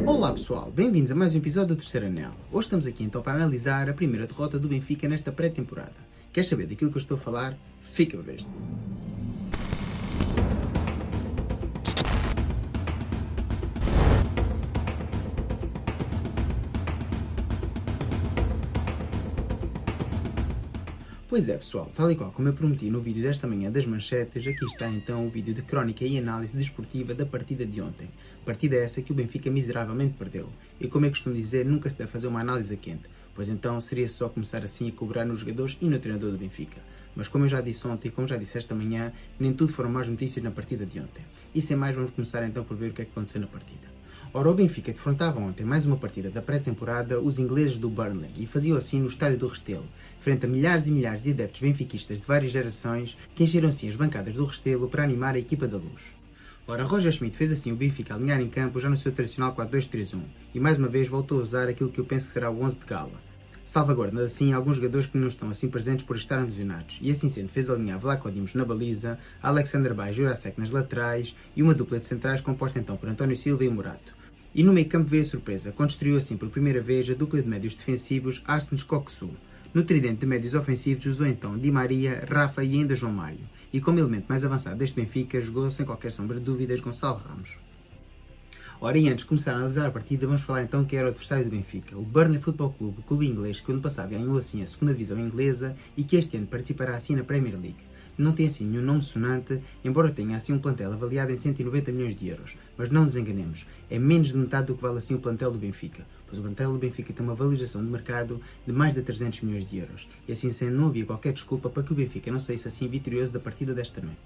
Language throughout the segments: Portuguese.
Olá pessoal, bem-vindos a mais um episódio do Terceiro Anel. Hoje estamos aqui então para analisar a primeira derrota do Benfica nesta pré-temporada. Queres saber daquilo que eu estou a falar? Fica a ver. Pois é pessoal, tal e qual como eu prometi no vídeo desta manhã das manchetes, aqui está então o vídeo de crónica e análise desportiva da partida de ontem. Partida essa que o Benfica miseravelmente perdeu. E como eu costumo dizer, nunca se deve fazer uma análise a quente, pois então seria só começar assim a cobrar nos jogadores e no treinador do Benfica. Mas como eu já disse ontem e como já disse esta manhã, nem tudo foram más notícias na partida de ontem. E sem mais, vamos começar então por ver o que é que aconteceu na partida. Ora, o Benfica defrontava ontem mais uma partida da pré-temporada os ingleses do Burnley e fazia assim no estádio do Restelo, frente a milhares e milhares de adeptos benfiquistas de várias gerações que encheram assim as bancadas do Restelo para animar a equipa da Luz. Ora, Roger Schmidt fez assim o Benfica alinhar em campo já no seu tradicional 4-2-3-1 e mais uma vez voltou a usar aquilo que eu penso que será o 11 de gala. Salvaguardando assim alguns jogadores que não estão assim presentes por estarem lesionados, e assim sendo fez alinhar Vlaco Dimos na baliza, Alexander Bay e Jurasek nas laterais e uma dupla de centrais composta então por António Silva e Morato. E no meio campo veio a surpresa, quando estreou assim por primeira vez a dupla de médios defensivos Arsene Coxu. No tridente de médios ofensivos usou então Di Maria, Rafa e ainda João Mário. E como elemento mais avançado deste Benfica jogou sem qualquer sombra de dúvidas Gonçalo Ramos. Ora, e antes de começar a analisar a partida, vamos falar então que era o adversário do Benfica, o Burnley Football Club, o clube inglês que ano passado ganhou assim a segunda divisão inglesa e que este ano participará assim na Premier League. Não tem assim nenhum nome sonante, embora tenha assim um plantel avaliado em 190 milhões de euros. Mas não nos enganemos, é menos de metade do que vale assim o plantel do Benfica, pois o plantel do Benfica tem uma valorização de mercado de mais de 300 milhões de euros. E assim sendo, não havia qualquer desculpa para que o Benfica não saísse assim vitorioso da partida desta noite.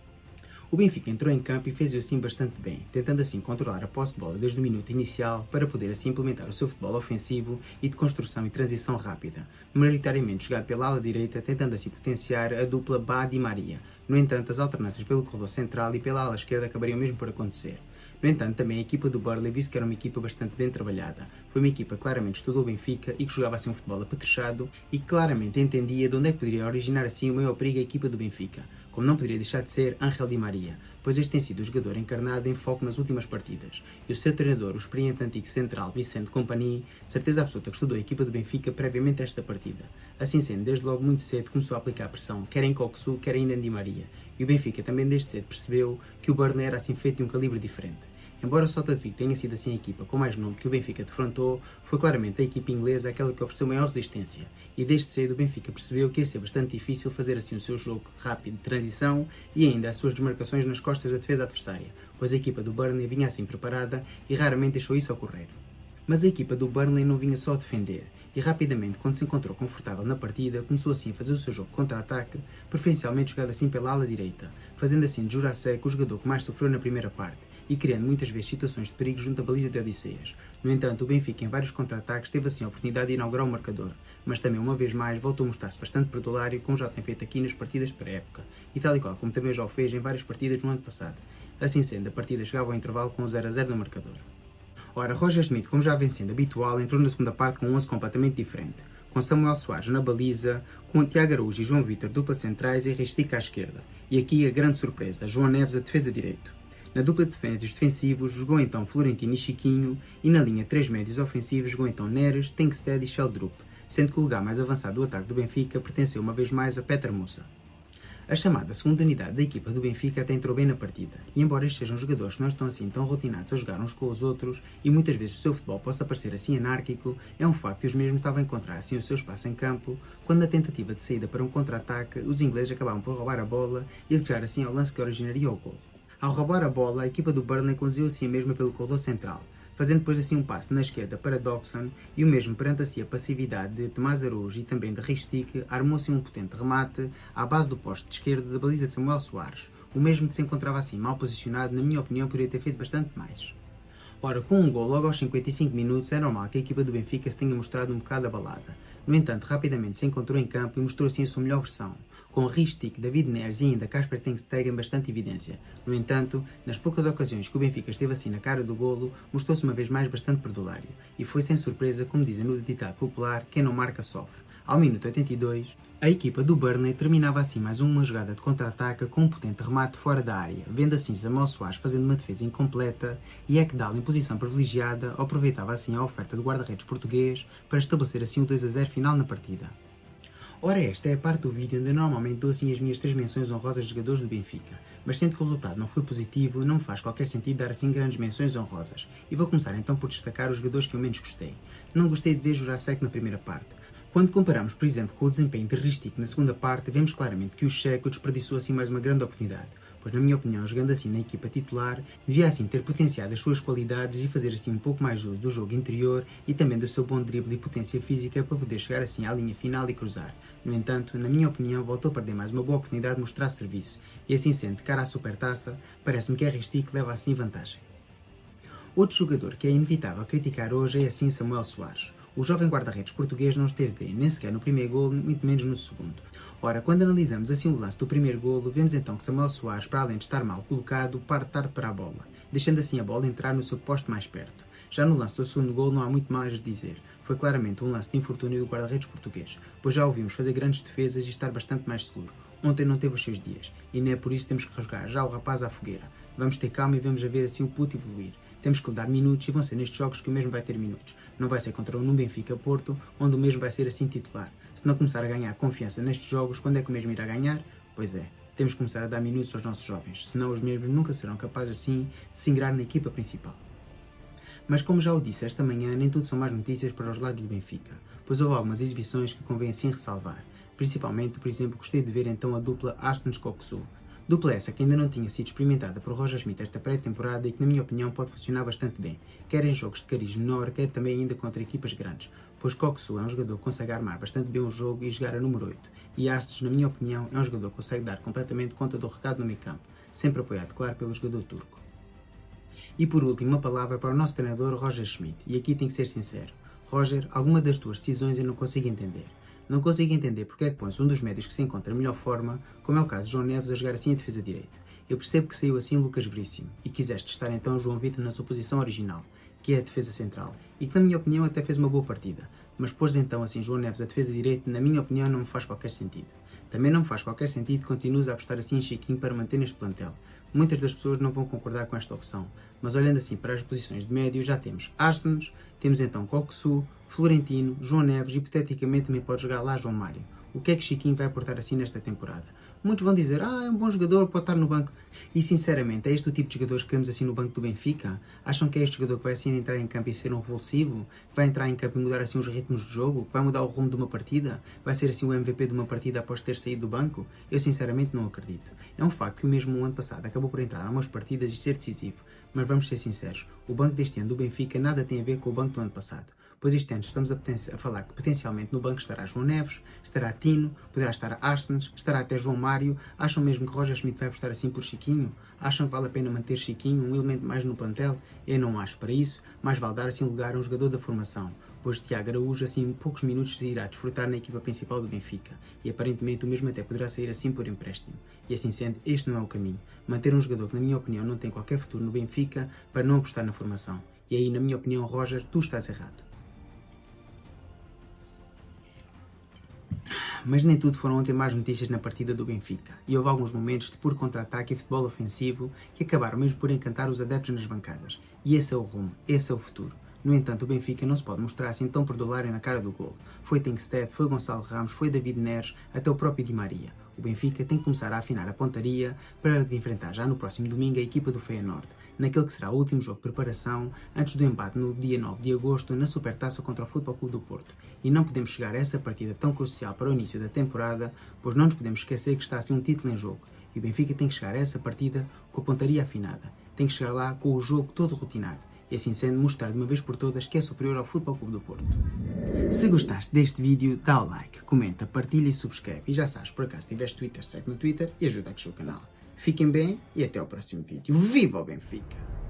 O Benfica entrou em campo e fez-o assim bastante bem, tentando assim controlar a posse de bola desde o minuto inicial para poder assim implementar o seu futebol ofensivo e de construção e transição rápida, maioritariamente jogado pela ala direita, tentando assim potenciar a dupla Ba-Di Maria. No entanto, as alternâncias pelo corredor central e pela ala esquerda acabariam mesmo por acontecer. No entanto, também a equipa do Burnley viu que era uma equipa bastante bem trabalhada. Foi uma equipa que claramente estudou o Benfica e que jogava assim um futebol apetrechado e que claramente entendia de onde é que poderia originar assim o maior perigo à equipa do Benfica, como não poderia deixar de ser Ángel Di Maria, pois este tem sido o jogador encarnado em foco nas últimas partidas. E o seu treinador, o experiente antigo central Vicente Kompany, de certeza absoluta que estudou a equipa do Benfica previamente a esta partida. Assim sendo, desde logo muito cedo começou a aplicar pressão, quer em Coxu, quer ainda em Di Maria. E o Benfica também desde cedo percebeu que o Burnley era assim feito de um calibre diferente. Embora o Celta de Vigo tenha sido assim a equipa com mais nome que o Benfica defrontou, foi claramente a equipa inglesa aquela que ofereceu maior resistência. E desde cedo o Benfica percebeu que ia ser bastante difícil fazer assim o seu jogo rápido de transição e ainda as suas desmarcações nas costas da defesa adversária, pois a equipa do Burnley vinha assim preparada e raramente deixou isso ocorrer. Mas a equipa do Burnley não vinha só a defender, e rapidamente, quando se encontrou confortável na partida, começou assim a fazer o seu jogo contra-ataque, preferencialmente jogado assim pela ala direita, fazendo assim de Jurasek o jogador que mais sofreu na primeira parte, e criando muitas vezes situações de perigo junto à baliza de Odisseias. No entanto, o Benfica em vários contra-ataques teve assim a oportunidade de inaugurar o marcador, mas também uma vez mais voltou a mostrar-se bastante perdulário, como já tem feito aqui nas partidas pré-época, e tal e qual como também já o fez em várias partidas no ano passado. Assim sendo, a partida chegava ao intervalo com 0-0 no marcador. Ora, Roger Schmidt, como já vem sendo habitual, entrou na segunda parte com um 11 completamente diferente, com Samuel Soares na baliza, com Tiago Araújo e João Vitor dupla centrais e Ristica à esquerda, e aqui a grande surpresa, João Neves a defesa direito. Na dupla de médios defensivos jogou então Florentino e Chiquinho, e na linha 3 médios ofensivos jogou então Neres, Tenkstead e Sheldrup, sendo que o lugar mais avançado do ataque do Benfica pertenceu uma vez mais a Petar Musa. A chamada segunda unidade da equipa do Benfica até entrou bem na partida, e embora estes sejam jogadores que não estão assim tão rotinados a jogar uns com os outros, e muitas vezes o seu futebol possa parecer assim anárquico, é um facto que os mesmos estavam a encontrar assim o seu espaço em campo, quando na tentativa de saída para um contra-ataque, os ingleses acabavam por roubar a bola e chegar assim ao lance que originaria o gol. Ao roubar a bola, a equipa do Burnley conduziu assim mesmo pelo corredor central, fazendo depois assim um passe na esquerda para Doxon e o mesmo perante assim a passividade de Tomás Araújo e também de Ristic, armou-se um potente remate à base do poste de esquerda da baliza de Samuel Soares, o mesmo que se encontrava assim mal posicionado, na minha opinião poderia ter feito bastante mais. Ora, com um gol logo aos 55 minutos é normal que a equipa do Benfica se tenha mostrado um bocado abalada. No entanto, rapidamente se encontrou em campo e mostrou assim a sua melhor versão, com Ristic, David Neres e ainda Kasper Tenkstead em bastante evidência. No entanto, nas poucas ocasiões que o Benfica esteve assim na cara do golo, mostrou-se uma vez mais bastante perdulário. E foi sem surpresa, como dizem no ditado popular, quem não marca sofre. Ao minuto 82, a equipa do Burnley terminava assim mais uma jogada de contra-ataque com um potente remate fora da área, vendo assim Samuel Soares fazendo uma defesa incompleta e Ekdal em posição privilegiada aproveitava assim a oferta do guarda-redes português para estabelecer assim o 2-0 final na partida. Ora, esta é a parte do vídeo onde eu normalmente dou assim as minhas 3 menções honrosas de jogadores do Benfica, mas sendo que o resultado não foi positivo, não me faz qualquer sentido dar assim grandes menções honrosas, e vou começar então por destacar os jogadores que eu menos gostei. Não gostei de ver Jurasek na primeira parte. Quando comparamos, por exemplo, com o desempenho de Ristic na segunda parte, vemos claramente que o Checo desperdiçou assim mais uma grande oportunidade, pois na minha opinião, jogando assim na equipa titular, devia assim ter potenciado as suas qualidades e fazer assim um pouco mais uso do jogo interior e também do seu bom drible e potência física para poder chegar assim à linha final e cruzar. No entanto, na minha opinião, voltou a perder mais uma boa oportunidade de mostrar serviço, e assim sendo de cara à supertaça, parece-me que Ristic leva assim vantagem. Outro jogador que é inevitável criticar hoje é assim Samuel Soares. O jovem guarda-redes português não esteve bem, nem sequer no primeiro golo, muito menos no segundo. Ora, quando analisamos assim o lance do primeiro golo, vemos então que Samuel Soares, para além de estar mal colocado, parte tarde para a bola, deixando assim a bola entrar no seu posto mais perto. Já no lance do segundo golo não há muito mais a dizer. Foi claramente um lance de infortúnio do guarda-redes português, pois já o vimos fazer grandes defesas e estar bastante mais seguro. Ontem não teve os seus dias, e nem é por isso que temos que rasgar já o rapaz à fogueira. Vamos ter calma e vamos ver assim o puto evoluir. Temos que lhe dar minutos e vão ser nestes jogos que o mesmo vai ter minutos. Não vai ser contra o Benfica Porto, onde o mesmo vai ser assim titular. Se não começar a ganhar confiança nestes jogos, quando é que o mesmo irá ganhar? Pois é, temos que começar a dar minutos aos nossos jovens, senão os mesmos nunca serão capazes assim de se ingrar na equipa principal. Mas como já o disse esta manhã, nem tudo são más notícias para os lados do Benfica, pois houve algumas exibições que convém assim ressalvar. Principalmente, por exemplo, gostei de ver então a dupla Arsens-Coxu. Dupla essa que ainda não tinha sido experimentada por Roger Schmidt esta pré-temporada e que na minha opinião pode funcionar bastante bem, quer em jogos de cariz menor, quer também ainda contra equipas grandes, pois Coxu é um jogador que consegue armar bastante bem o jogo e jogar a número 8, e Arsens, na minha opinião, é um jogador que consegue dar completamente conta do recado no meio campo, sempre apoiado, claro, pelo jogador turco. E por último, uma palavra para o nosso treinador Roger Schmidt, e aqui tenho que ser sincero. Roger, alguma das tuas decisões eu não consigo entender. Não consigo entender porque é que pões um dos médios que se encontra em melhor forma, como é o caso de João Neves, a jogar assim a defesa direito. Eu percebo que saiu assim Lucas Veríssimo, e quiseste estar então João Vitor na sua posição original, que é a defesa central, e que na minha opinião até fez uma boa partida, mas pôs então assim João Neves a defesa direito, na minha opinião não me faz qualquer sentido. Também não me faz qualquer sentido que continues a apostar assim em Chiquinho para manter neste plantel. Muitas das pessoas não vão concordar com esta opção, mas olhando assim para as posições de médio já temos Arsens, temos então Coxu, Florentino, João Neves e hipoteticamente também pode jogar lá João Mário. O que é que Chiquinho vai aportar assim nesta temporada? Muitos vão dizer, é um bom jogador, pode estar no banco. E sinceramente, é este o tipo de jogadores que queremos assim no banco do Benfica? Acham que é este jogador que vai assim entrar em campo e ser um revulsivo? Que vai entrar em campo e mudar assim os ritmos do jogo? Que vai mudar o rumo de uma partida? Vai ser assim o MVP de uma partida após ter saído do banco? Eu sinceramente não acredito. É um facto que o mesmo ano passado acabou por entrar em algumas partidas e ser decisivo. Mas vamos ser sinceros, o banco deste ano do Benfica nada tem a ver com o banco do ano passado. Pois este ano estamos a falar que potencialmente no banco estará João Neves, estará Tino, poderá estar Arsens, estará até João Mário. Acham mesmo que Roger Schmidt vai apostar assim por Chiquinho? Acham que vale a pena manter Chiquinho, um elemento mais no plantel? Eu não acho. Para isso, mais vale dar assim lugar a um jogador da formação, pois Tiago Araújo assim em poucos minutos irá desfrutar na equipa principal do Benfica, e aparentemente o mesmo até poderá sair assim por empréstimo. E assim sendo, este não é o caminho. Manter um jogador que na minha opinião não tem qualquer futuro no Benfica para não apostar na formação. E aí, na minha opinião, Roger, tu estás errado. Mas nem tudo foram ontem más notícias na partida do Benfica, e houve alguns momentos de puro contra-ataque e futebol ofensivo que acabaram mesmo por encantar os adeptos nas bancadas. E esse é o rumo, esse é o futuro. No entanto, o Benfica não se pode mostrar assim tão perdulário na cara do golo. Foi Tengsted, foi Gonçalo Ramos, foi David Neres, até o próprio Di Maria. O Benfica tem que começar a afinar a pontaria para enfrentar já no próximo domingo a equipa do Feyenoord, naquele que será o último jogo de preparação antes do embate no dia 9 de agosto na Supertaça contra o Futebol Clube do Porto. E não podemos chegar a essa partida tão crucial para o início da temporada, pois não nos podemos esquecer que está assim um título em jogo. E o Benfica tem que chegar a essa partida com a pontaria afinada. Tem que chegar lá com o jogo todo rotinado. E assim sendo, mostrar de uma vez por todas que é superior ao Futebol Clube do Porto. Se gostaste deste vídeo, dá o like, comenta, partilha e subscreve. E já sabes, por acaso tiveres Twitter, segue no Twitter e ajuda a crescer o canal. Fiquem bem e até ao próximo vídeo. Viva o Benfica!